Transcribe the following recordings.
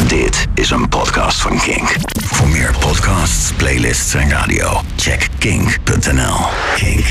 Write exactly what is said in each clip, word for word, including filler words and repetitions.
Dit is een podcast van Kink. Voor meer podcasts, playlists en radio, check kink punt n l. Kink.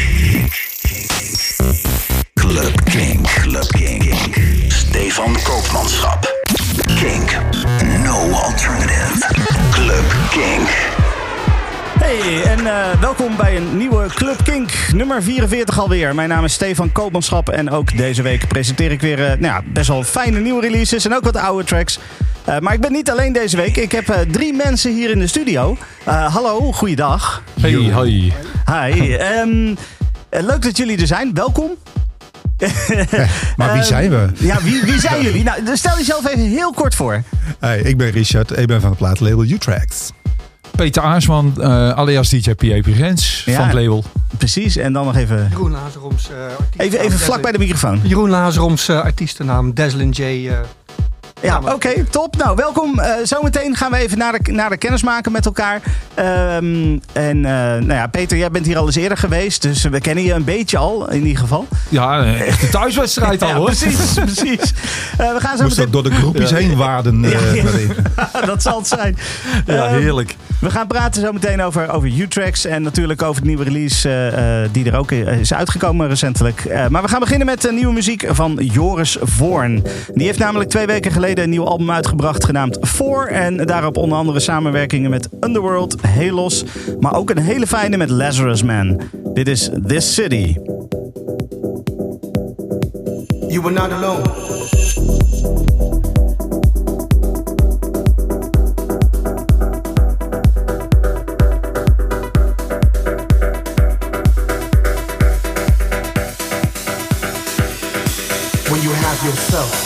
Club Kink. Club Kink. Stefan Koopmanschap. Kink. No alternative. Club Kink. Hey, en uh, welkom bij een nieuwe Club Kink, nummer vierenveertig alweer. Mijn naam is Stefan Koopmanschap en ook deze week presenteer ik weer uh, nou ja, best wel fijne nieuwe releases en ook wat oude tracks. Uh, maar ik ben niet alleen deze week. Ik heb uh, drie mensen hier in de studio. Uh, hallo, goeiedag. Hey, hoi. Hi. Um, uh, leuk dat jullie er zijn. Welkom. Maar wie zijn we? Uh, ja, wie, wie zijn jullie? Nou, stel jezelf even heel kort voor. Hey, ik ben Richard. Ik ben van het platenlabel U-Tracks. Peter Aarsman, uh, alias D J P A Grens Ja, van het label. Precies, en dan nog even... Jeroen Lazaroms. Uh, Even, even vlak bij de microfoon. Jeroen Lazaroms, uh, artiestennaam Deslin J. Uh, Ja, oké, okay, top. Nou, welkom. Uh, zometeen gaan we even naar de, naar de kennis maken met elkaar. Um, en uh, nou ja, Peter, jij bent hier al eens eerder geweest, dus we kennen je een beetje al, in ieder geval. Ja, een echte thuiswedstrijd al, ja, hoor. Precies, precies. Uh, we gaan zo Moest meteen... ook door de groepjes ja. heen waarden. Uh, ja, ja. Dat zal het zijn. Ja, heerlijk. Um, we gaan praten zo meteen over, over U-Tracks en natuurlijk over de nieuwe release uh, uh, die er ook is uitgekomen recentelijk. Uh, maar we gaan beginnen met uh, nieuwe muziek van Joris Voorn. Die heeft namelijk twee weken geleden een nieuw album uitgebracht genaamd Four. En daarop onder andere samenwerkingen met Underworld, Halos, maar ook een hele fijne met Lazarus Man. Dit is This City. You were not alone. When you have yourself.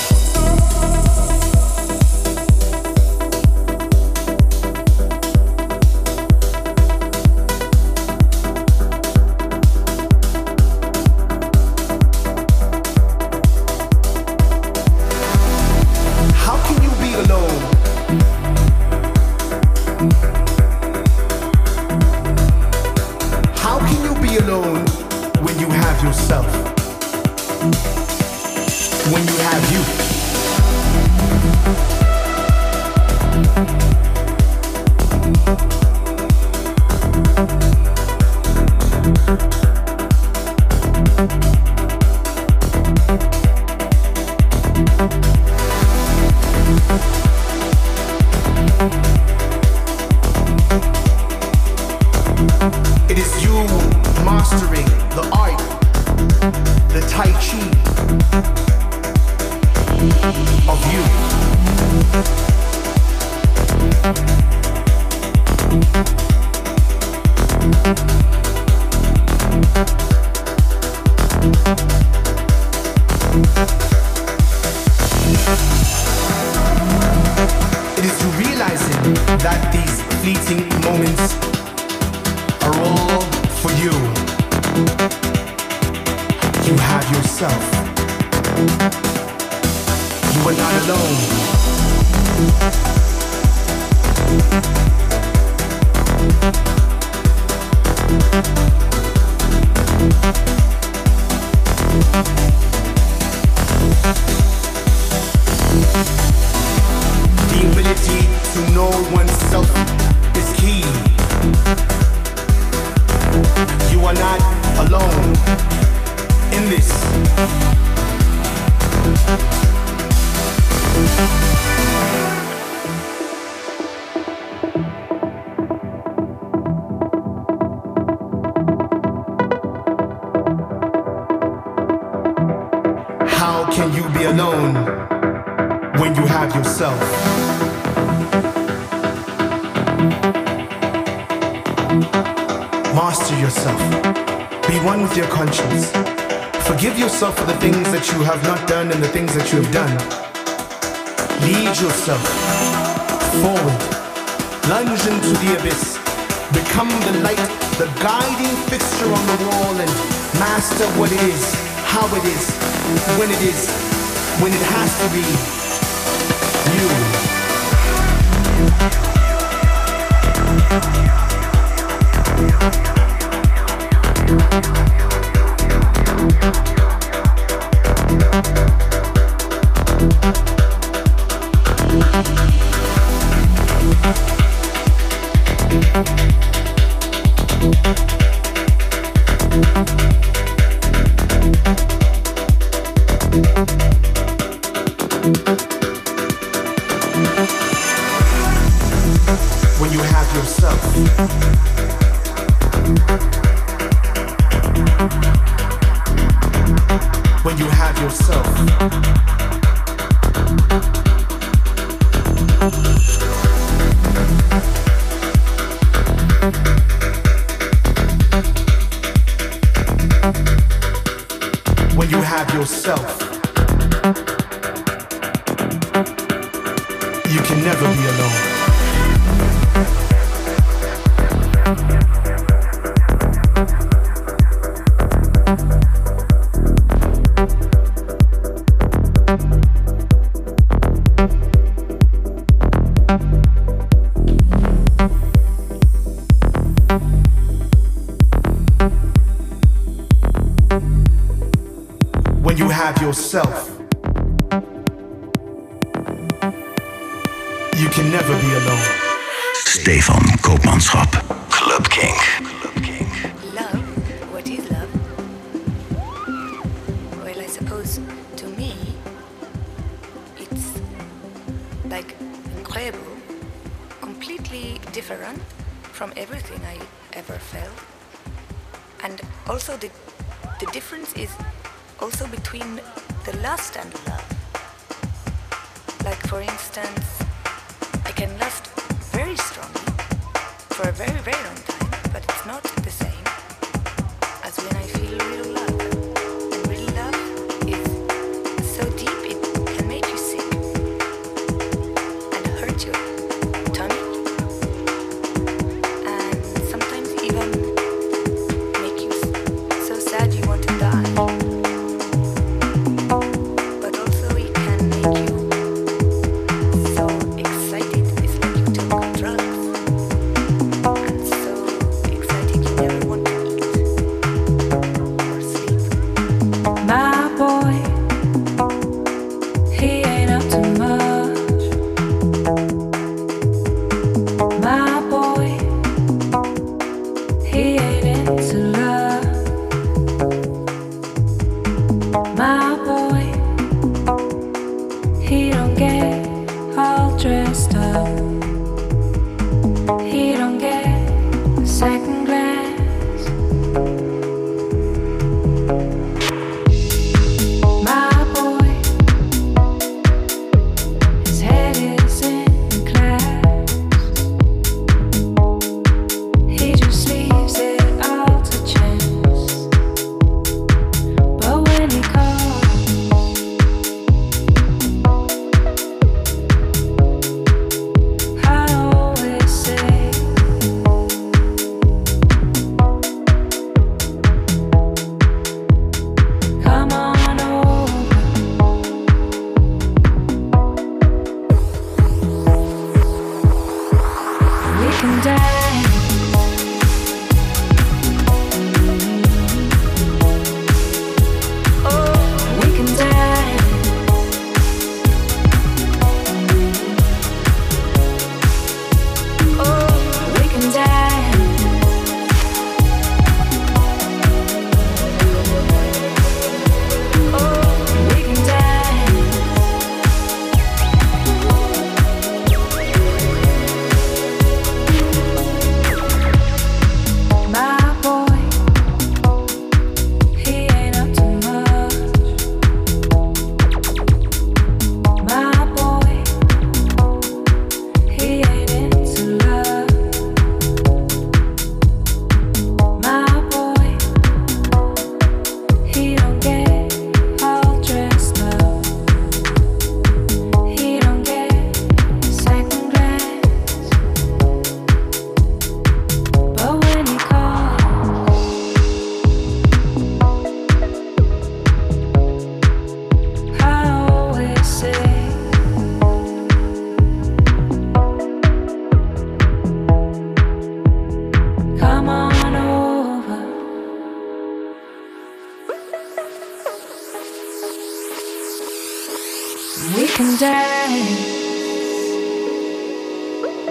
It is you mastering the art, the Tai Chi of you. It is you realizing that these fleeting moments are all for you. You have yourself. You are not alone. The ability to know oneself is key. You are not alone in this. How can you be alone when you have yourself? Master yourself. Be one with your conscience. Forgive yourself for the things that you have not done and the things that you have done. Lead yourself forward. Lunge into the abyss. Become the light, the guiding fixture on the wall, and master what it is, how it is, when it is, when it has to be. You. When you have yourself. When you have yourself. When you have yourself, you can never be alone. When you have yourself, you can never be alone. Stefan Koopmanschap, Club King. Love? What is love? Well, I suppose to me, it's like incredible, completely different from everything I ever felt. And also the, the difference is also between the lust and love. Like for instance, I can lust very strongly for a very, very long time, but it's not the same as when I feel real love. And real love is so deep it can make you sick and hurt your tummy and sometimes even make you so sad you want to die.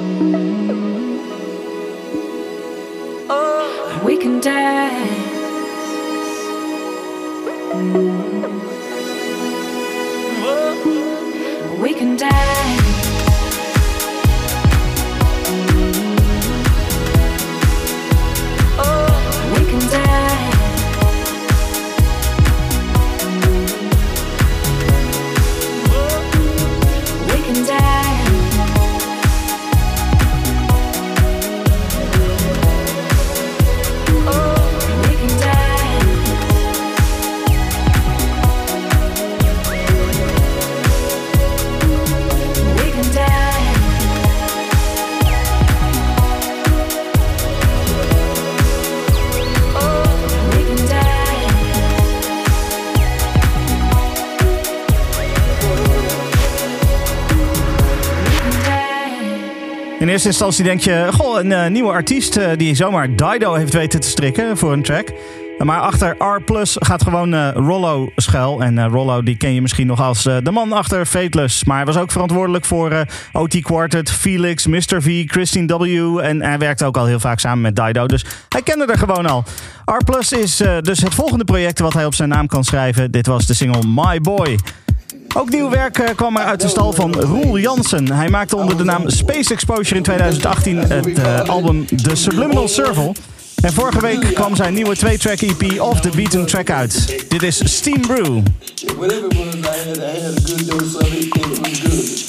We can dance. We can dance. We can dance. We can dance. In eerste instantie denk je, goh, een uh, nieuwe artiest uh, die zomaar Dido heeft weten te strikken voor een track. Maar achter R plus gaat gewoon uh, Rollo schuil. En uh, Rollo die ken je misschien nog als uh, de man achter Fateless. Maar hij was ook verantwoordelijk voor uh, O T Quartet, Felix, mister V, Christine W. En hij werkte ook al heel vaak samen met Dido. Dus hij kende er gewoon al. R plus is uh, dus het volgende project wat hij op zijn naam kan schrijven. Dit was de single My Boy. Ook nieuw werk uh, kwam er uit de stal van Roel Jansen. Hij maakte onder de naam Space Exposure in twintig achttien het uh, album The Subliminal Circle. En vorige week kwam zijn nieuwe twee-track E P Off the Beaten Track uit. Dit is Steam Brew. Whatever it was, I had, I had a good dose of it, and it was good.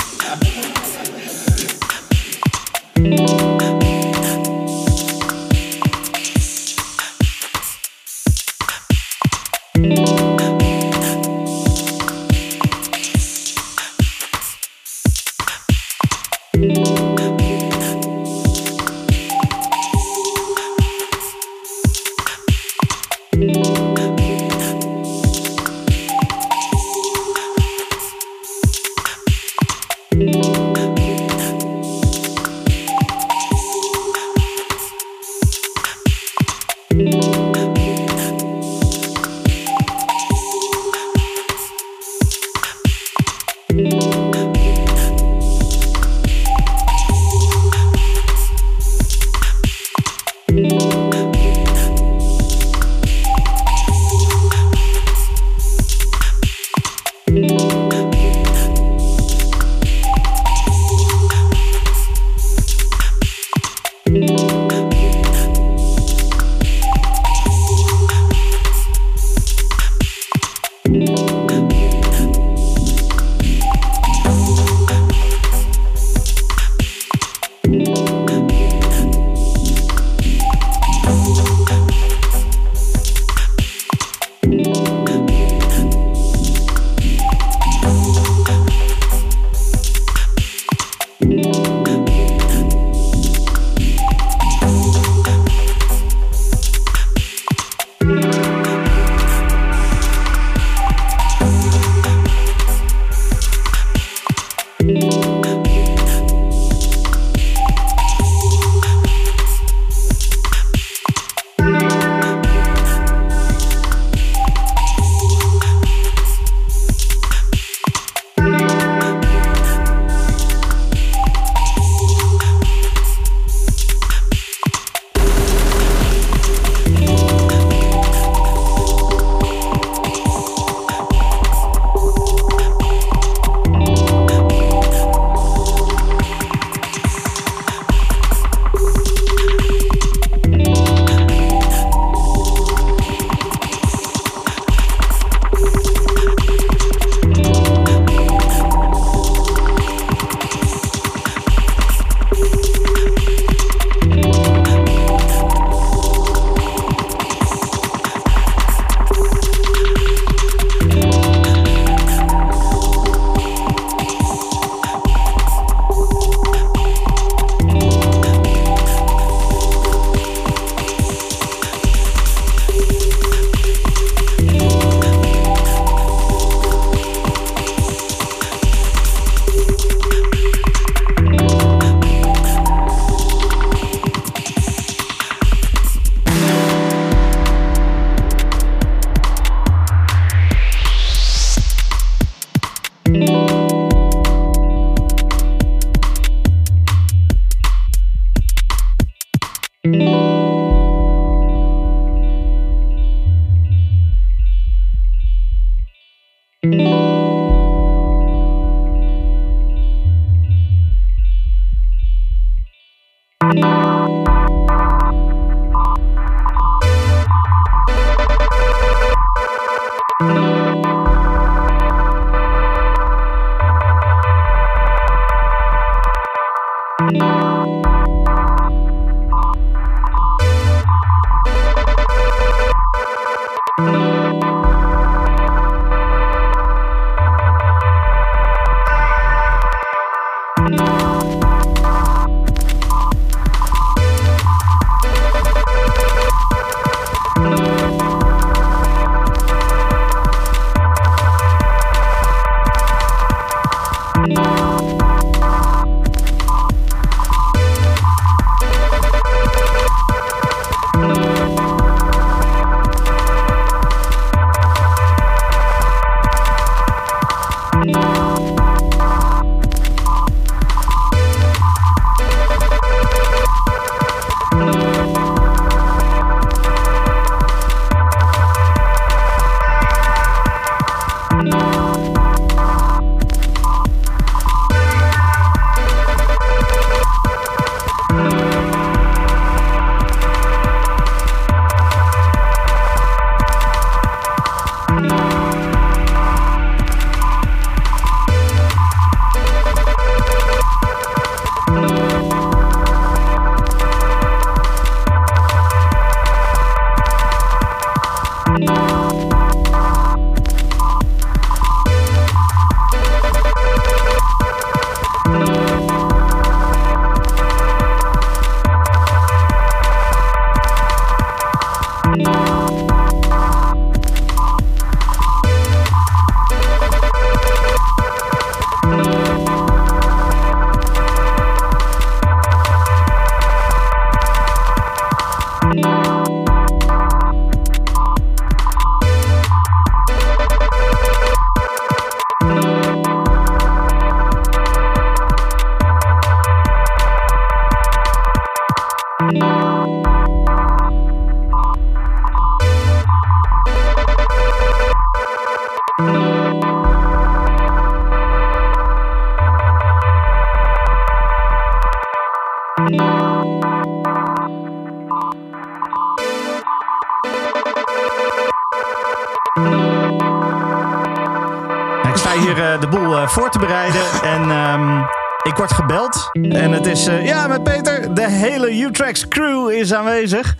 Ik sta hier uh, de boel uh, voor te bereiden en um, ik word gebeld. En het is, uh, ja met Peter, de hele U-Tracks crew is aanwezig.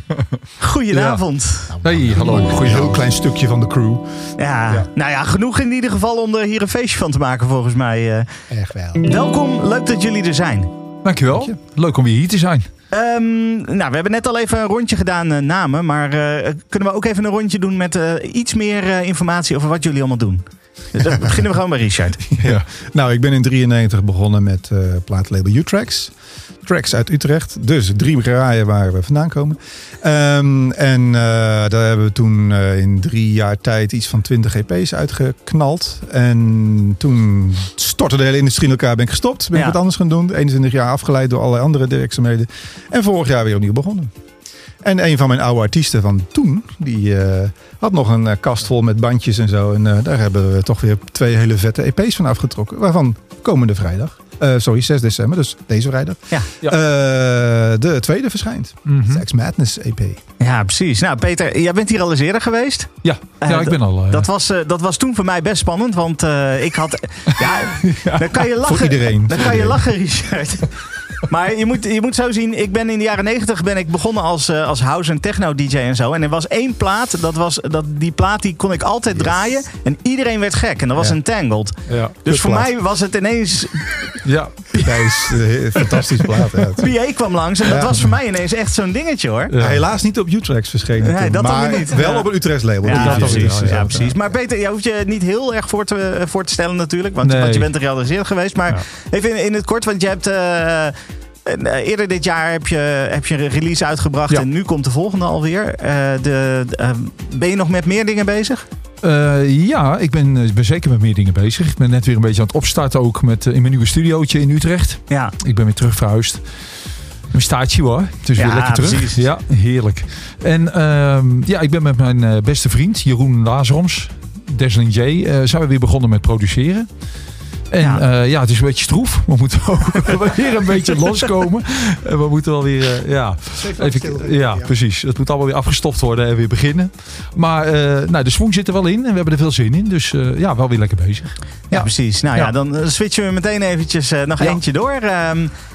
Goedenavond. Ja. Hey, hallo. Een heel klein stukje van de crew. Ja, ja, nou ja, genoeg in ieder geval om er hier een feestje van te maken volgens mij. Uh. Echt wel. Welkom, leuk dat jullie er zijn. Dankjewel. Dank je. Leuk om weer hier te zijn. Um, nou, we hebben net al even een rondje gedaan uh, namen, maar uh, kunnen we ook even een rondje doen met uh, iets meer uh, informatie over wat jullie allemaal doen? Dan beginnen we gewoon bij Richard. Ja. Nou, ik ben in drieënnegentig begonnen met uh, plaatlabel U-Tracks. Tracks uit Utrecht. Dus drie graaien waar we vandaan komen. Um, en uh, daar hebben we toen uh, in drie jaar tijd iets van twintig E P's uitgeknald. En toen stortte de hele industrie in elkaar. Ben ik gestopt. Ben ik ja. wat anders gaan doen. eenentwintig jaar afgeleid door allerlei andere werkzaamheden. En vorig jaar weer opnieuw begonnen. En een van mijn oude artiesten van toen, die uh, had nog een uh, kast vol met bandjes en zo. En uh, daar hebben we toch weer twee hele vette E P's van afgetrokken. Waarvan komende vrijdag, uh, sorry, zes december, dus deze vrijdag, ja. uh, de tweede verschijnt. Mm-hmm. Sex Madness E P. Ja, precies. Nou, Peter, jij bent hier al eens eerder geweest. Ja, ja uh, ik ben al. Uh, dat, was, uh, dat was toen voor mij best spannend, want uh, ik had... ja, ja, dan kan je lachen. Voor iedereen. Dan kan je lachen, Richard. Maar je moet, je moet zo zien, ik ben in de jaren negentig ben ik begonnen als, uh, als house en techno D J en zo. En er was één plaat, dat was, dat, die plaat die kon ik altijd yes. draaien. En iedereen werd gek. En dat was ja. Entangled. Ja. Dus voor plaat. mij was het ineens... Ja, dat is een fantastisch plaat. Ja. P A kwam langs en dat ja. was voor mij ineens echt zo'n dingetje hoor. Ja. Helaas niet op U-Tracks verschenen. Nee, dat maar niet. wel ja. op een Utrechts label. Ja, ja, precies. Ja, precies. Maar Peter, jij hoeft je niet heel erg voor te, voor te stellen natuurlijk. Want, nee. want je bent er geadresseerd geweest. Maar ja. even in, in het kort, want je hebt... Uh, En, uh, eerder dit jaar heb je, heb je een release uitgebracht ja. en nu komt de volgende alweer. Uh, de, uh, ben je nog met meer dingen bezig? Uh, ja, ik ben, uh, ben zeker met meer dingen bezig. Ik ben net weer een beetje aan het opstarten ook met, uh, in mijn nieuwe studiootje in Utrecht. Ja. Ik ben weer terug verhuisd. Mijn staartje hoor. Het is ja, weer lekker terug. Precies. Ja, heerlijk. En uh, ja, ik ben met mijn uh, beste vriend Jeroen Lazaroms, Dazzling J, uh, zijn we weer begonnen met produceren. En ja. Uh, ja, het is een beetje stroef. We moeten ook weer een beetje loskomen. En we moeten wel weer, uh, ja, even, ja, ja, precies. Het moet allemaal weer afgestoft worden en weer beginnen. Maar uh, nou, de swing zit er wel in en we hebben er veel zin in. Dus uh, ja, wel weer lekker bezig. Ja, ja precies. Nou ja, ja dan switchen we meteen eventjes uh, nog ja. eentje door. Um,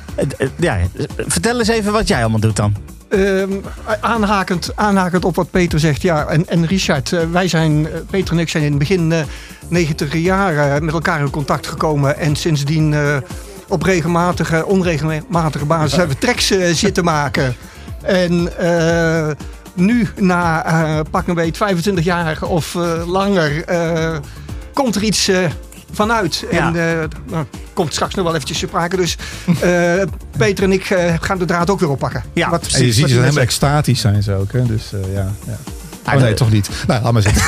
Uh, ja, vertel eens even wat jij allemaal doet dan. Uh, aanhakend, aanhakend op wat Peter zegt. Ja, en, en Richard, uh, wij zijn, uh, Peter en ik zijn in het begin uh, negentiger jaren met elkaar in contact gekomen. En sindsdien uh, op regelmatige, onregelmatige basis hebben we tracks uh, zitten maken. En uh, nu, na uh, pak een beetje vijfentwintig jaar of uh, langer, uh, komt er iets... Uh, vanuit. Ja. En uh, nou, komt straks nog wel eventjes te sprake. Dus uh, Peter en ik uh, gaan de draad ook weer oppakken. Ja. Wat precies, en je ziet ze helemaal zegt. Extatisch zijn ze ook. Hè? Dus uh, ja, ja. Oh nee, toch niet. Nou, laat maar zitten.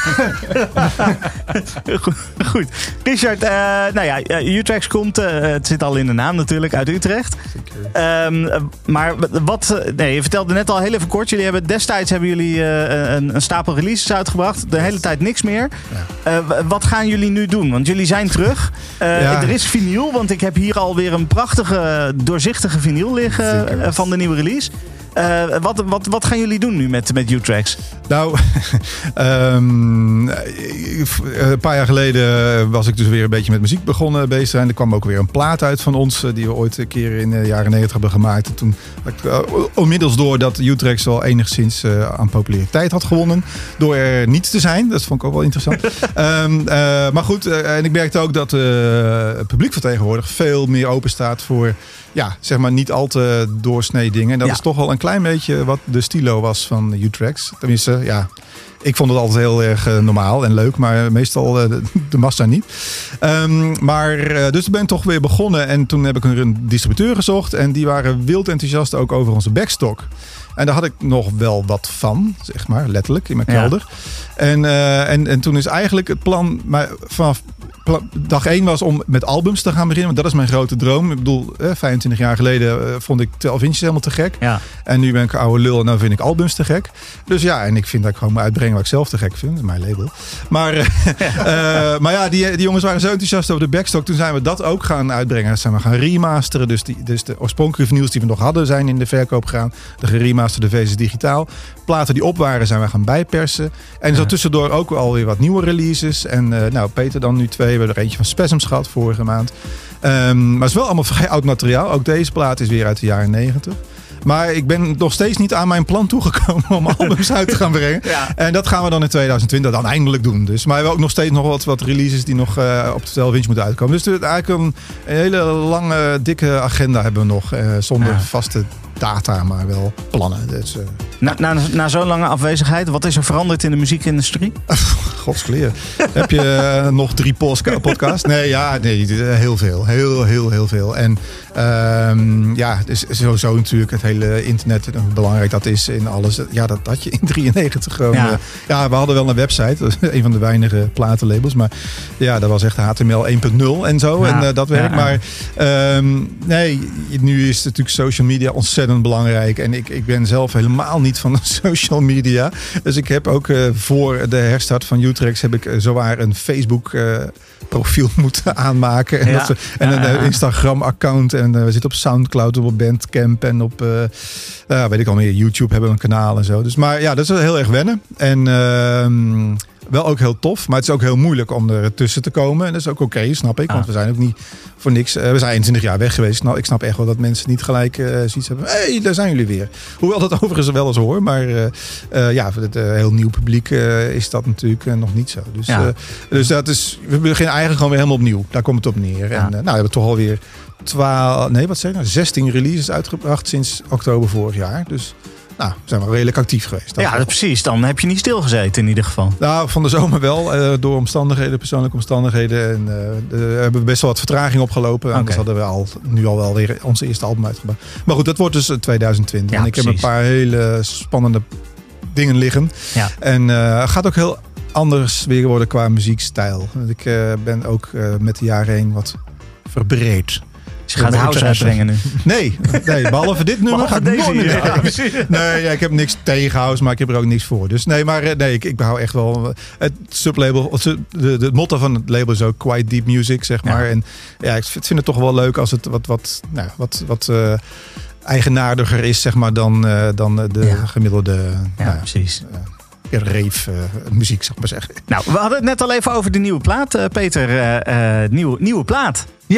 Goed. Richard, uh, nou ja, U-Tracks komt, uh, het zit al in de naam natuurlijk, uit Utrecht. Um, maar wat, nee, je vertelde net al heel even kort, jullie hebben destijds hebben jullie uh, een, een stapel releases uitgebracht. De hele tijd niks meer. Ja. Uh, wat gaan jullie nu doen? Want jullie zijn terug. Uh, ja. Er is vinyl, want ik heb hier alweer een prachtige, doorzichtige vinyl liggen uh, van de nieuwe release. Uh, wat, wat, wat gaan jullie doen nu met, met U-Tracks? Nou, um, een paar jaar geleden was ik dus weer een beetje met muziek begonnen bezig zijn. Er kwam ook weer een plaat uit van ons, die we ooit een keer in de jaren negentig hebben gemaakt. En toen had ik uh, onmiddels door dat U-Tracks wel enigszins uh, aan populariteit had gewonnen. Door er niet te zijn. Dat vond ik ook wel interessant. um, uh, maar goed, uh, en ik merkte ook dat uh, het publiek van tegenwoordig veel meer open staat voor... Ja, zeg maar niet al te doorsnee dingen. En dat ja. is toch wel een klein beetje wat de stilo was van U-Tracks. Tenminste, ja, ik vond het altijd heel erg uh, normaal en leuk. Maar meestal uh, de, de massa niet. Um, maar uh, dus ben ik toch weer begonnen. En toen heb ik een distributeur gezocht. En die waren wild enthousiast ook over onze backstock. En daar had ik nog wel wat van, zeg maar, letterlijk, in mijn kelder. Ja. En, uh, en, en toen is eigenlijk het plan... Maar vanaf dag één was om met albums te gaan beginnen. Want dat is mijn grote droom. Ik bedoel, vijfentwintig jaar geleden vond ik twaalf inches helemaal te gek. Ja. En nu ben ik een oude lul en nu vind ik albums te gek. Dus ja, en ik vind dat ik gewoon moet uitbrengen wat ik zelf te gek vind. Dat is mijn label. Maar, uh, uh, maar ja, die, die jongens waren zo enthousiast over de backstock. Toen zijn we dat ook gaan uitbrengen. Dat zijn we gaan remasteren. Dus, die, dus de oorspronkelijke vinyls die we nog hadden zijn in de verkoop gegaan. De geremasterde versies digitaal. Platen die op waren zijn we gaan bijpersen. En zo ja. tussendoor ook alweer wat nieuwe releases. En uh, nou, Peter dan nu twee. We hebben er eentje van Spasms gehad vorige maand. Um, maar het is wel allemaal vrij oud materiaal. Ook deze plaat is weer uit de jaren negentig. Maar ik ben nog steeds niet aan mijn plan toegekomen om albums uit te gaan brengen. Ja. En dat gaan we dan in twintig twintig dan eindelijk doen. Dus, maar we hebben ook nog steeds nog wat, wat releases die nog uh, op de twaalf inch moeten uitkomen. Dus eigenlijk een, een hele lange, dikke agenda hebben we nog. Uh, zonder ja. vaste data, maar wel plannen. Dus, uh, na na, na zo'n lange afwezigheid, wat is er veranderd in de muziekindustrie? Godskleren. Heb je uh, nog drie podcasts? Nee, ja, nee, heel veel. Heel, heel, heel veel. En um, ja, dus sowieso natuurlijk het hele internet, belangrijk dat is in alles. Ja, dat had je in drieënnegentig gewoon. Ja. Uh, ja, we hadden wel een website. Dat is een van de weinige platenlabels. Maar ja, dat was echt H T M L één punt nul en zo. Ja. En uh, dat werkt. Ja, ja. Maar um, nee, nu is het natuurlijk social media ontzettend belangrijk. En ik, ik ben zelf helemaal niet van social media. Dus ik heb ook uh, voor de herstart van U-Tracks heb ik uh, zowaar een Facebook uh, profiel moeten aanmaken. En, ja. dat, en ja, een uh, Instagram account. En uh, we zitten op Soundcloud, op Bandcamp en op uh, uh, weet ik al meer, YouTube hebben we een kanaal en zo. Dus maar ja, dat is wel heel erg wennen. En uh, wel ook heel tof, maar het is ook heel moeilijk om er tussen te komen. En dat is ook oké, okay, snap ik. Want we zijn ook niet voor niks. Uh, we zijn eenentwintig jaar weg geweest. Nou, ik snap echt wel dat mensen niet gelijk uh, zoiets hebben. Hé, hey, daar zijn jullie weer. Hoewel dat overigens wel eens hoor. Maar uh, uh, ja, voor het uh, heel nieuw publiek uh, is dat natuurlijk uh, nog niet zo. Dus, ja. uh, dus dat is, we beginnen eigenlijk gewoon weer helemaal opnieuw. Daar komt het op neer. Ja. En uh, nou, we hebben toch alweer twaalf, nee, wat zeg ik nou? zestien releases uitgebracht sinds oktober vorig jaar. Dus nou, we zijn wel redelijk actief geweest. Ja, dat precies. Dan heb je niet stilgezeten in ieder geval. Nou, van de zomer wel. Uh, door omstandigheden, persoonlijke omstandigheden. En uh, de, we hebben best wel wat vertraging opgelopen. Okay. Anders hadden we al, nu al wel weer onze eerste album uitgebracht. Maar goed, dat wordt dus twintig twintig. Ja, en ik precies. heb een paar hele spannende dingen liggen. Ja. En uh, gaat ook heel anders weer worden qua muziekstijl. Ik uh, ben ook uh, met de jaren heen wat verbreed. Je gaat house uitbrengen nu. Nee, nee, behalve dit nummer behalve ga ik nooit meer. Ja, nee, ja, ik heb niks tegen house, maar ik heb er ook niks voor. Dus nee, maar nee, ik, ik behoud echt wel het sublabel. Het, de, de motto van het label is ook quite deep music, zeg maar. Ja. En ja, ik vind het toch wel leuk als het wat, wat, nou, wat, wat uh, eigenaardiger is, zeg maar, dan, uh, dan de ja. gemiddelde. Ja, nou, precies. Uh, Reef uh, muziek, zou ik maar zeggen. Nou, we hadden het net al even over de nieuwe plaat, uh, Peter. Uh, uh, nieuwe, nieuwe plaat. Ja.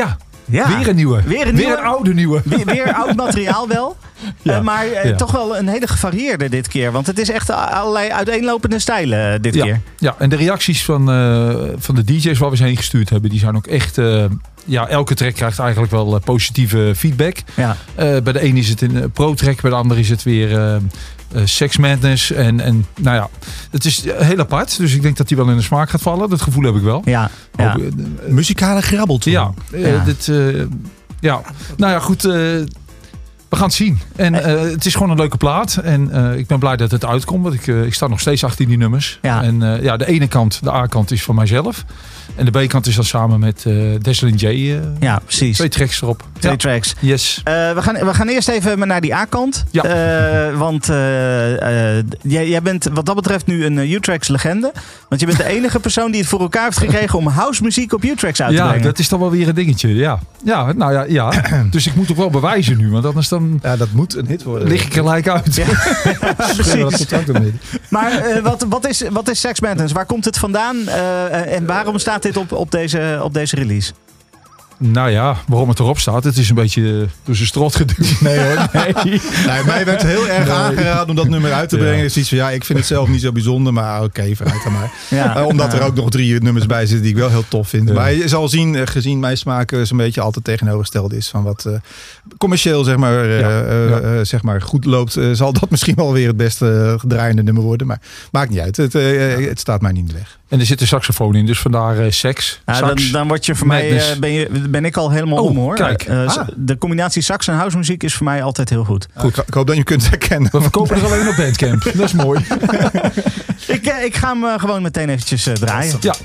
Ja. Weer een nieuwe. Weer een, weer nieuwe. een oude nieuwe. Weer, weer oud materiaal wel. Ja. Uh, maar uh, ja. toch wel een hele gevarieerde dit keer. Want het is echt allerlei uiteenlopende stijlen uh, dit ja. keer. Ja, en de reacties van, uh, van de D J's waar we ze heen gestuurd hebben, die zijn ook echt... Uh, ja, elke track krijgt eigenlijk wel uh, positieve feedback. Ja. Uh, bij de een is het een uh, pro-track, bij de ander is het weer uh, uh, Sex Madness. En, en nou ja, het is heel apart. Dus ik denk dat die wel in de smaak gaat vallen. Dat gevoel heb ik wel. Ja. ja. Ook, uh, muzikale grabbelton. Ja, uh, ja. Dit, uh, ja. Nou ja, goed... Uh, We gaan het zien. En uh, het is gewoon een leuke plaat. En uh, ik ben blij dat het uitkomt. Want ik, uh, ik sta nog steeds achter die nummers. Ja. En uh, ja, de ene kant, de A-kant is van mijzelf. En de B-kant is dan samen met uh, Deslin J. Uh, ja, precies. Twee tracks erop. Twee ja. tracks. Yes. Uh, we, gaan, we gaan eerst even naar die A-kant. Ja. Uh, want uh, uh, jij, jij bent wat dat betreft nu een uh, U-Tracks legende. Want je bent de enige persoon die het voor elkaar heeft gekregen om house muziek op U-Tracks uit te ja, brengen. Ja, dat is dan wel weer een dingetje. Ja, ja nou ja. ja. Dus ik moet ook wel bewijzen nu. Want anders dan... Ja, dat moet een hit worden. Lig ik gelijk uit. Ja. Ja, precies. Maar uh, wat, wat, is, wat is Sex Madness? Waar komt het vandaan? Uh, en waarom staat dit op, op, deze, op deze release? Nou ja, waarom het erop staat, het is een beetje door zijn strot geduwd. Nee hoor, nee. nee. Mij werd heel erg nee. aangeraden om dat nummer uit te brengen. Ja. Dus iets van, ja, ik vind het zelf niet zo bijzonder, maar oké, okay, vooruit dan maar. Ja. Uh, omdat ja. er ook nog drie nummers bij zitten die ik wel heel tof vind. Ja. Maar je zal zien, gezien mijn smaak zo'n beetje altijd tegenovergesteld is van wat uh, commercieel zeg maar, uh, ja. uh, ja. uh, zeg maar goed loopt, uh, zal dat misschien wel weer het beste gedraaiende nummer worden. Maar maakt niet uit, het, uh, ja. het staat mij niet in de weg. En er zit een saxofoon in, dus vandaar uh, seks. Ja, dan, dan word je voor Madness. mij, uh, ben, je, ben ik al helemaal oh, om hoor. Kijk. Uh, ah. De combinatie sax en house muziek is voor mij altijd heel goed. Goed. Ik hoop dat je kunt herkennen. We verkopen er alleen op Bandcamp. Dat is mooi. ik, uh, ik ga hem uh, gewoon meteen eventjes uh, draaien. Ja.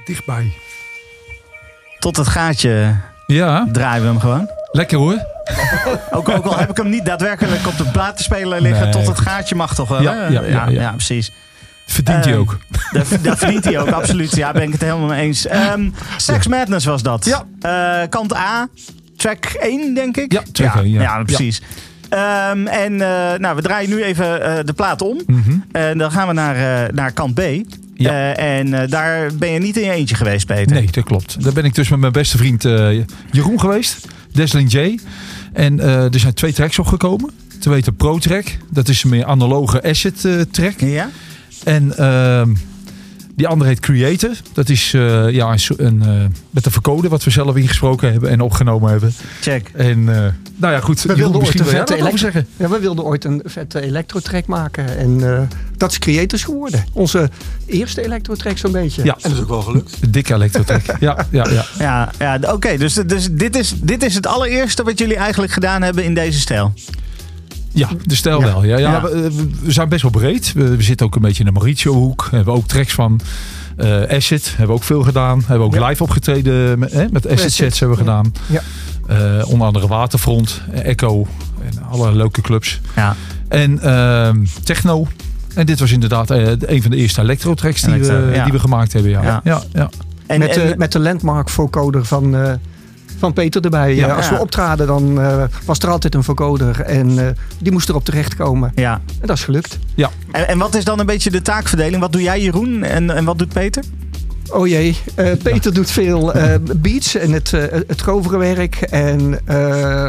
dichtbij. Tot het gaatje ja. draaien we hem gewoon. Lekker hoor. ook, ook al heb ik hem niet daadwerkelijk op de platenspeler liggen, nee. tot het gaatje mag toch wel. Ja, ja, ja, ja, ja. ja precies. Verdient hij uh, ook. Dat, dat verdient hij ook, absoluut. Ja, ben ik het helemaal mee eens. Um, Sex Madness was dat. Ja. Uh, kant A, track één, denk ik. Ja, track één. Ja, ja precies. Ja. Um, en uh, nou, we draaien nu even uh, de plaat om. Mm-hmm. En uh, dan gaan we naar, uh, naar kant B. Ja. Uh, en uh, daar ben je niet in je eentje geweest, Peter. Nee, dat klopt. Daar ben ik dus met mijn beste vriend uh, Jeroen geweest. Desling J. En uh, er zijn twee tracks opgekomen. Te weten Pro Track. Dat is een meer analoge asset uh, track. Ja. En uh, die andere heet Creator. Dat is uh, ja, een, een, uh, met een vercoder wat we zelf ingesproken hebben en opgenomen hebben. Check. En uh, nou ja, goed. We wilden ooit een vette elektro- zeggen. Ja, we wilden ooit een vette elektrotrack maken. En uh, dat is Creators geworden. Onze eerste elektrotrack zo'n beetje. Ja. En dat is ook wel gelukt. De dikke elektrotrack. ja, ja, ja. ja, ja Oké, okay, dus, dus dit, is, dit is het allereerste wat jullie eigenlijk gedaan hebben in deze stijl. Ja, de stijl ja. wel. Ja, ja, ja. We, we zijn best wel breed. We, we zitten ook een beetje in de Mauricio-hoek. We hebben ook tracks van uh, Acid. Hebben we ook veel gedaan. We hebben ook ja. live opgetreden met, eh, met Acid Sets hebben we gedaan. Ja. Uh, onder andere Waterfront, Echo en alle leuke clubs. Ja. En uh, techno. En dit was inderdaad uh, een van de eerste elektro-tracks die, Elektro, we, ja. die we gemaakt hebben. Ja. Ja. Ja, ja. En, met, en, de, met de landmark vocoder van... Uh, Van Peter erbij. Ja, Als we ja. optraden, dan uh, was er altijd een vocoder. En uh, die moest erop terechtkomen. Ja. En dat is gelukt. Ja. En, en wat is dan een beetje de taakverdeling? Wat doe jij, Jeroen? En, en wat doet Peter? Oh jee. Uh, Peter doet veel uh, beats en het, uh, het grovere werk. En uh,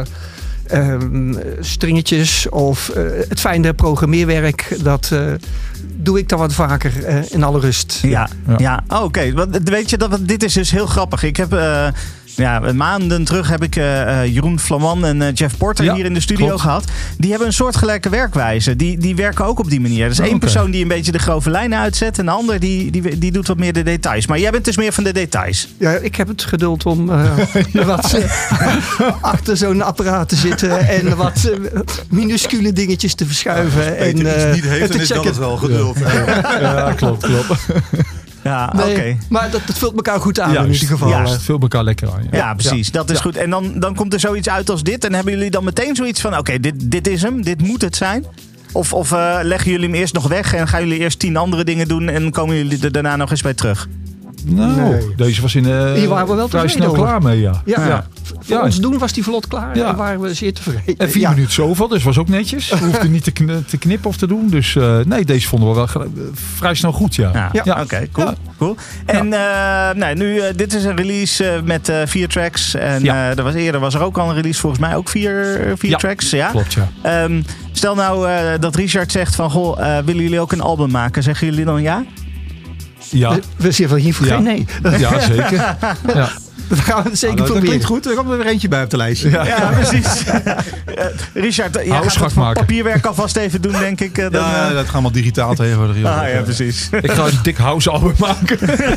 um, stringetjes of uh, het fijne programmeerwerk. Dat... Uh, doe ik dan wat vaker uh, in alle rust. Ja, ja. ja. Oh, oké. Okay. Weet je, dat, dit is dus heel grappig. Ik heb... Uh, Ja, maanden terug heb ik uh, Jeroen Flamand en uh, Jeff Porter ja, hier in de studio klopt. gehad. Die hebben een soortgelijke werkwijze. Die, die werken ook op die manier. Er is oh, één okay. persoon die een beetje de grove lijnen uitzet. En de ander die, die, die doet wat meer de details. Maar jij bent dus meer van de details. Ja, ik heb het geduld om uh, ja. wat uh, achter zo'n apparaat te zitten. En wat uh, minuscule dingetjes te verschuiven. Ja, en uh, niet heeft, dan is dat het wel geduld. Ja, ja klopt, klopt. Ja, nee, oké. Okay. Maar dat, dat vult elkaar goed aan ja, in ieder geval. Ja, het vult elkaar lekker aan. Ja, ja precies. Ja. Dat is ja. goed. En dan, dan komt er zoiets uit als dit. En hebben jullie dan meteen zoiets van... Oké, okay, dit, dit is hem. Dit moet het zijn. Of, of uh, leggen jullie hem eerst nog weg... en gaan jullie eerst tien andere dingen doen... en komen jullie er daarna nog eens bij terug? Nou, nee. deze was in uh, hier waren we wel vrij snel klaar mee, ja. Ja, ja. ja. Voor ja. ons doen was die vlot klaar ja. en waren we zeer tevreden. En vier ja. minuten zoveel, dus was ook netjes. We hoefden niet te, kn- te knippen of te doen. Dus uh, nee, deze vonden we wel uh, vrij snel goed, ja. Ja, ja. ja. oké, okay, cool. Ja. cool. En ja. uh, nee, nu, uh, dit is een release uh, met uh, vier tracks. En ja. uh, er was, eerder was er ook al een release, volgens mij ook vier, vier ja. tracks. Ja, klopt, ja. Um, stel nou uh, dat Richard zegt van, goh, uh, willen jullie ook een album maken? Zeggen jullie dan ja? Ja. We, we zeggen hiervoor ja. geen nee. Ja, zeker. Ja. Dat gaan we zeker nou, proberen. Dat klinkt goed. Er komt er weer eentje bij op de lijst. Ja, ja precies. uh, Richard, jij gaat het van papierwerk alvast even doen, denk ik. Uh, dan, ja, uh... dat gaan we digitaal tegenwoordig. Ah, ja, precies. Ik ga een dik house album maken.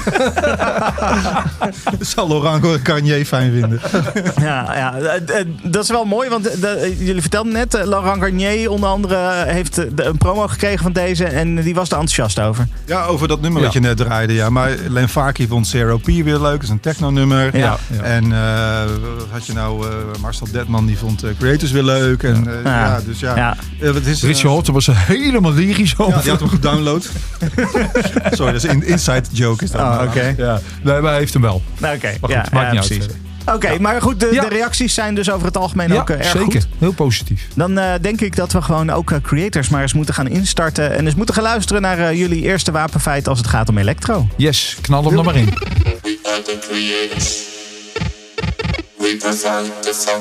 Dat zal Laurent Garnier fijn vinden. Ja, ja uh, uh, dat is wel mooi, want uh, de, jullie vertelden net, uh, Laurent Garnier onder andere heeft uh, de, een promo gekregen van deze en die was er enthousiast over. Ja, over dat nummer ja. wat je net draaide. Ja. Maar Len Faki vond C R O P weer leuk, dat is een techno-nummer. Ja. Ja, ja. En uh, wat had je nou, uh, Marcel Detman die vond uh, Creators weer leuk. En, uh, ja. ja, dus ja. ja. Uh, wat is, uh, Richie Horton was er helemaal lyrisch over. Ja, die had hem gedownload. Sorry, dat is een inside joke. Is dat oh, oké. Okay. Ja. Nee, maar hij heeft hem wel. Oké, okay. Maar goed, ja, maakt ja, niet precies. uit. Oké, okay, ja. maar goed, de, ja. de reacties zijn dus over het algemeen ja, ook uh, erg zeker. goed. Heel positief. Dan uh, denk ik dat we gewoon ook uh, creators maar eens moeten gaan instarten. En eens moeten gaan luisteren naar uh, jullie eerste wapenfeit als het gaat om electro. Yes, knal hem dan maar in. We are the creators. We provide the funk.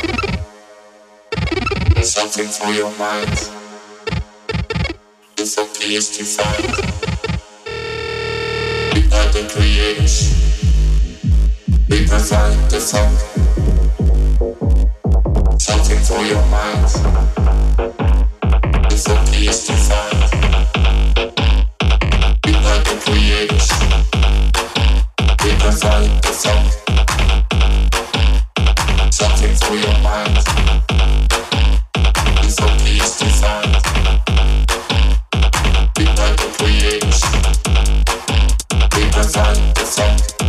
Something for your mind. The funkiest you find. We are the creators. We provide the funk. Something for your mind. The funkiest you find. We are the creators. We provide the funk. Something for your mind. The funkiest you find. We are the creators. We provide the funk.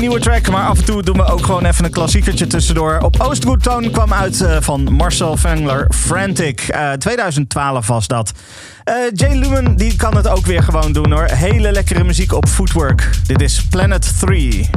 nieuwe track, maar af en toe doen we ook gewoon even een klassiekertje tussendoor. Op Oostgoedtoon kwam uit uh, van Marcel Vangler, Frantic. Uh, twintig twaalf was dat. Uh, Jay Lumen die kan het ook weer gewoon doen hoor. Hele lekkere muziek op Footwork. Dit is Planet drie.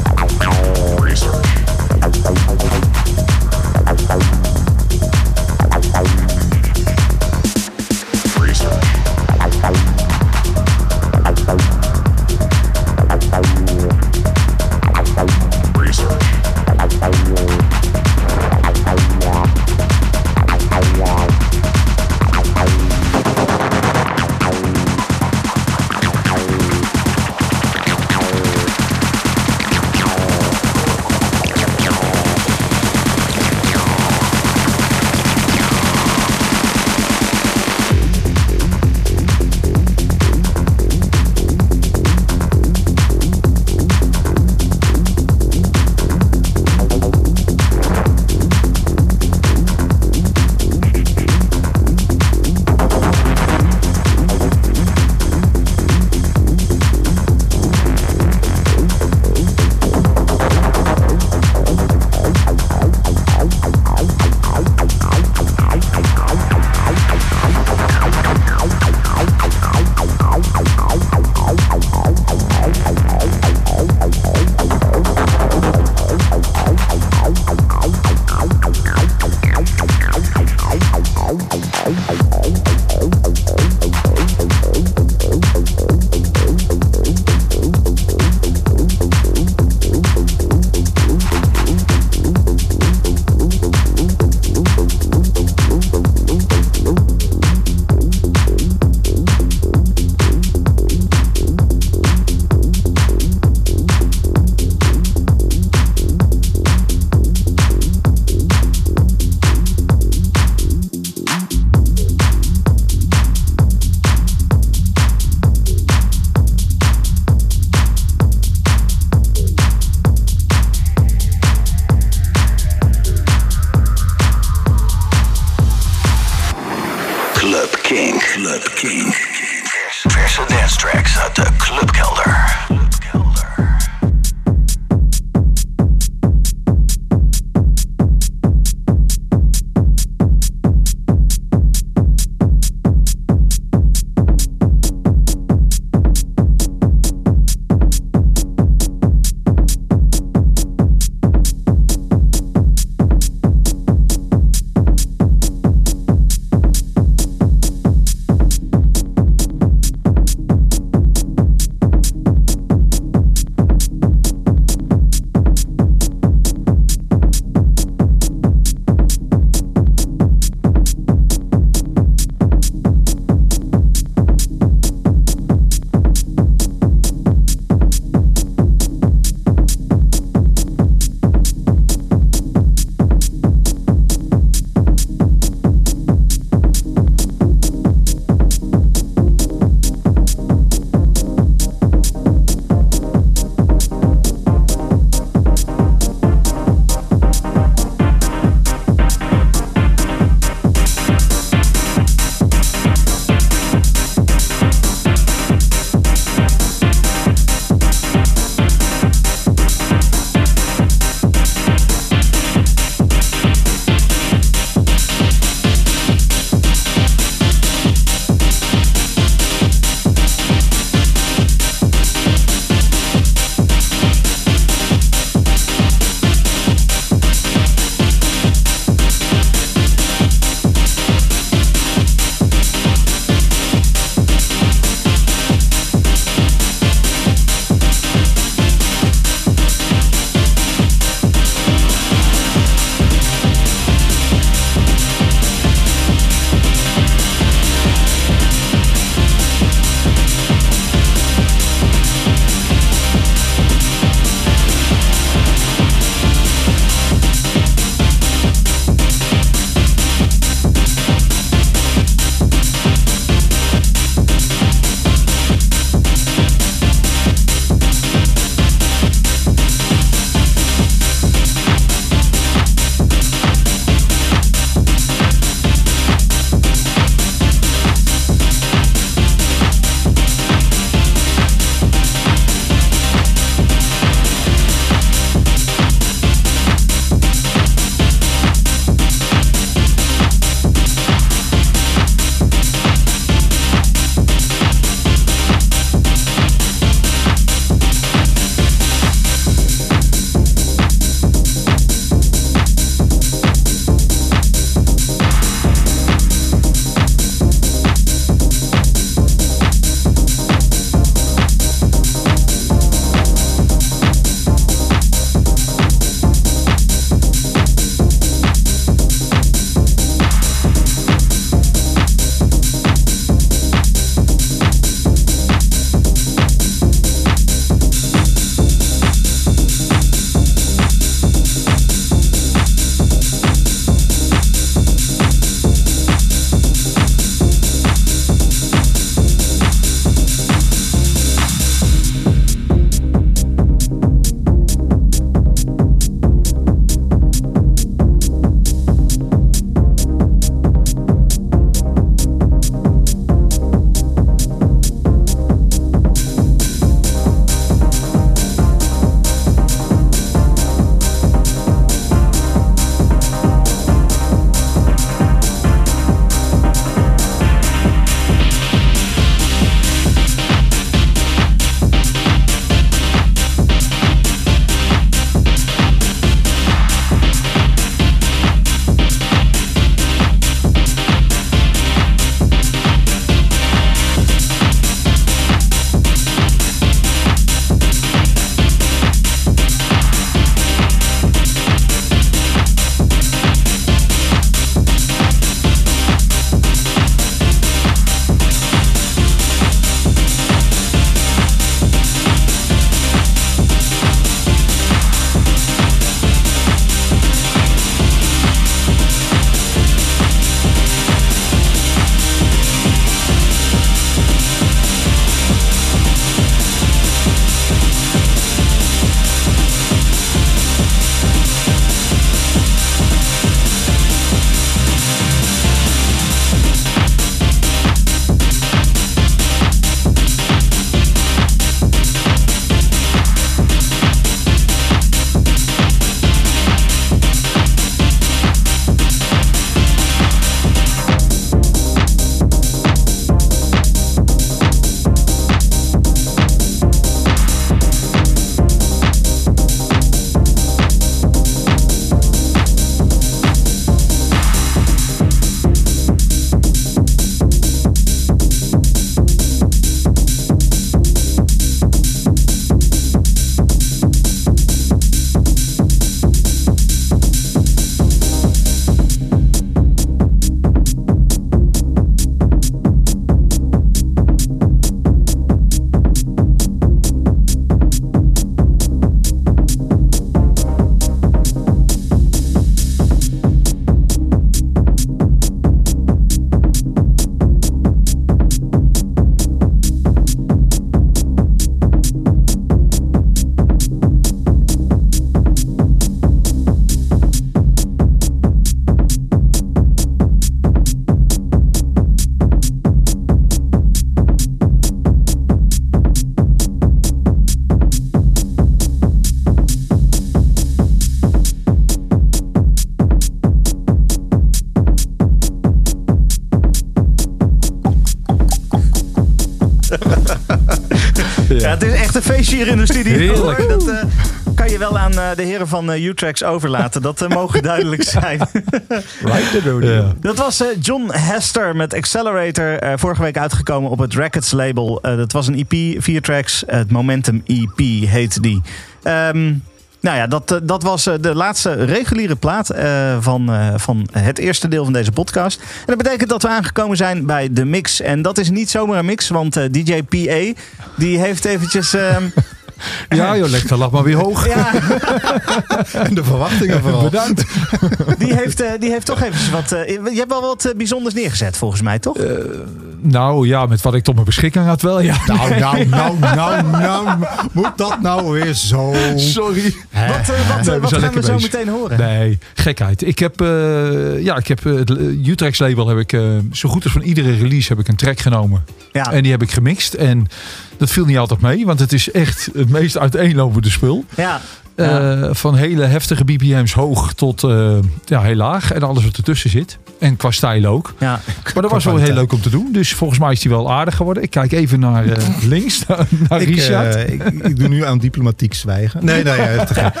Ja, het is echt een feestje hier in de studio. Heerlijk. Dat uh, kan je wel aan uh, de heren van uh, U-Tracks overlaten. Dat uh, mogen duidelijk zijn. Right to do. Yeah. Dat was uh, John Hester met Accelerator. Uh, vorige week uitgekomen op het Records label. Uh, dat was een E P, vier tracks. Uh, het Momentum E P heet die. Um, Nou ja, dat, dat was de laatste reguliere plaat uh, van, uh, van het eerste deel van deze podcast. En dat betekent dat we aangekomen zijn bij de mix. En dat is niet zomaar een mix, want uh, D J P A die heeft eventjes... Uh, Ja, joh, leg de lat maar weer hoog. Ja. En de verwachtingen vooral. Bedankt. Die heeft, uh, die heeft toch even wat... Uh, je hebt wel wat uh, bijzonders neergezet, volgens mij, toch? Uh, nou ja, met wat ik tot mijn beschikking had wel, ja. Nou, nou, nou, nou, nou. Moet dat nou weer zo? Sorry. Wat, uh, wat, nee, wat gaan we zo bezig. meteen horen? Nee, gekheid. Ik heb, uh, ja, ik heb uh, het U-Tracks label heb ik uh, zo goed als van iedere release heb ik een track genomen. Ja. En die heb ik gemixt. En dat viel niet altijd mee, want het is echt het meest uiteenlopende spul. Ja. Uh, ja. Van hele heftige B P M's hoog tot uh, ja, heel laag. En alles wat ertussen zit. En qua stijl ook. Ja. Maar dat was wel heel leuk om te doen. Dus volgens mij is die wel aardig geworden. Ik kijk even naar uh, links, naar ik, Richard. Uh, ik, ik doe nu aan diplomatiek zwijgen. Nee, nee, hij is te gek.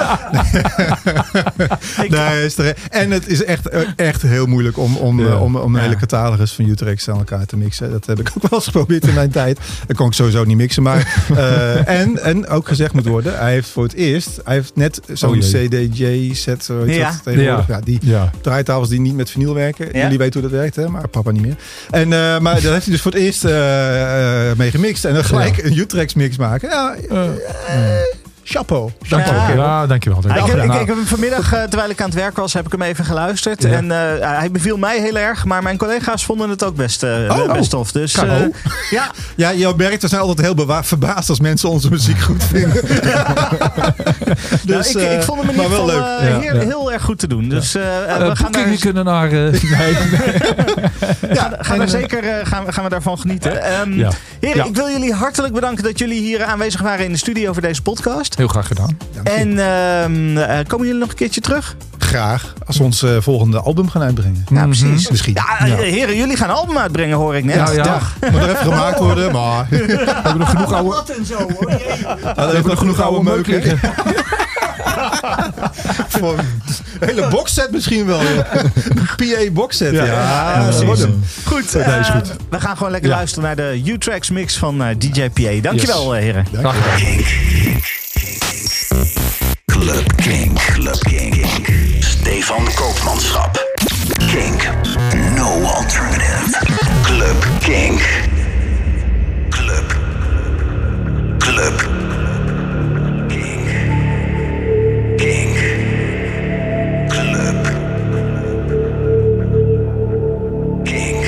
Nee, hij is te gek. En het is echt, echt heel moeilijk om, om, ja. om, om een hele catalogus van U-Tracks aan elkaar te mixen. Dat heb ik ook wel eens geprobeerd in mijn tijd. Dat kon ik sowieso niet mixen. Maar, uh, en, en ook gezegd moet worden, hij heeft voor het eerst... Hij heeft net zo'n oh, C D J-set zo ja. tegenwoordig. Ja. Ja, die ja. draaitafels die niet met vinyl werken. Ja. Jullie weten hoe dat werkt, hè? Maar papa niet meer. En, uh, maar daar heeft hij dus voor het eerst uh, uh, mee gemixt. En dan gelijk ja. een U-Tracks mix maken. Ja, uh, uh, chapeau. Chapeau. Ja, ja, dankjewel. Ja, ik, heb, ik, ik heb hem vanmiddag, uh, terwijl ik aan het werk was, heb ik hem even geluisterd. Ja. En uh, hij beviel mij heel erg, maar mijn collega's vonden het ook best, uh, oh, best tof. Dus, uh, ja. ja, je merkt, we zijn altijd heel bewa- verbaasd als mensen onze muziek goed vinden. dus, nou, ik, ik vond hem in ieder geval uh, ja, heel, ja. heel erg goed te doen. Dus, uh, uh, we gaan daar... kunnen naar... Uh, nee, nee. ja, gaan, we zeker, uh, gaan, gaan we daarvan genieten. Um, ja. Heren, ja. ik wil jullie hartelijk bedanken dat jullie hier aanwezig waren in de studio voor deze podcast. Heel graag gedaan. En uh, komen jullie nog een keertje terug? Graag, als we ons uh, volgende album gaan uitbrengen. Ja, precies. Mm-hmm. Misschien. Ja, ja. Heren, jullie gaan een album uitbrengen, hoor ik net. Ja, ja. ja. Moet er even gemaakt worden, maar... We hebben nog genoeg oude... Wat en zo, hoor. Ja, we hebben nog genoeg oude meuk liggen. Voor een hele boxset misschien wel. Een P A boxset. Ja, ja, ja, ja precies. Goed, uh, nee, is goed. We gaan gewoon lekker ja. luisteren naar de U-Tracks mix van uh, D J P A. Dankjewel, yes. heren. Dank je. Club Kink. Club Kink. Stefan Koopmanschap. Kink. No alternative. Club Kink. Club. Club. Kink. Kink. Club. Kink.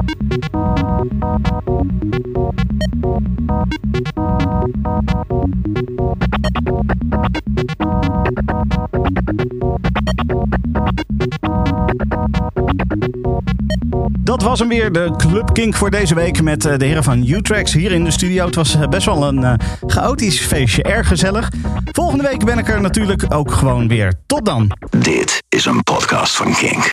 Dat was hem weer, de Club Kink voor deze week met de heren van U-Tracks hier in de studio. Het was best wel een uh, chaotisch feestje, erg gezellig. Volgende week ben ik er natuurlijk ook gewoon weer. Tot dan. Dit is een podcast van Kink.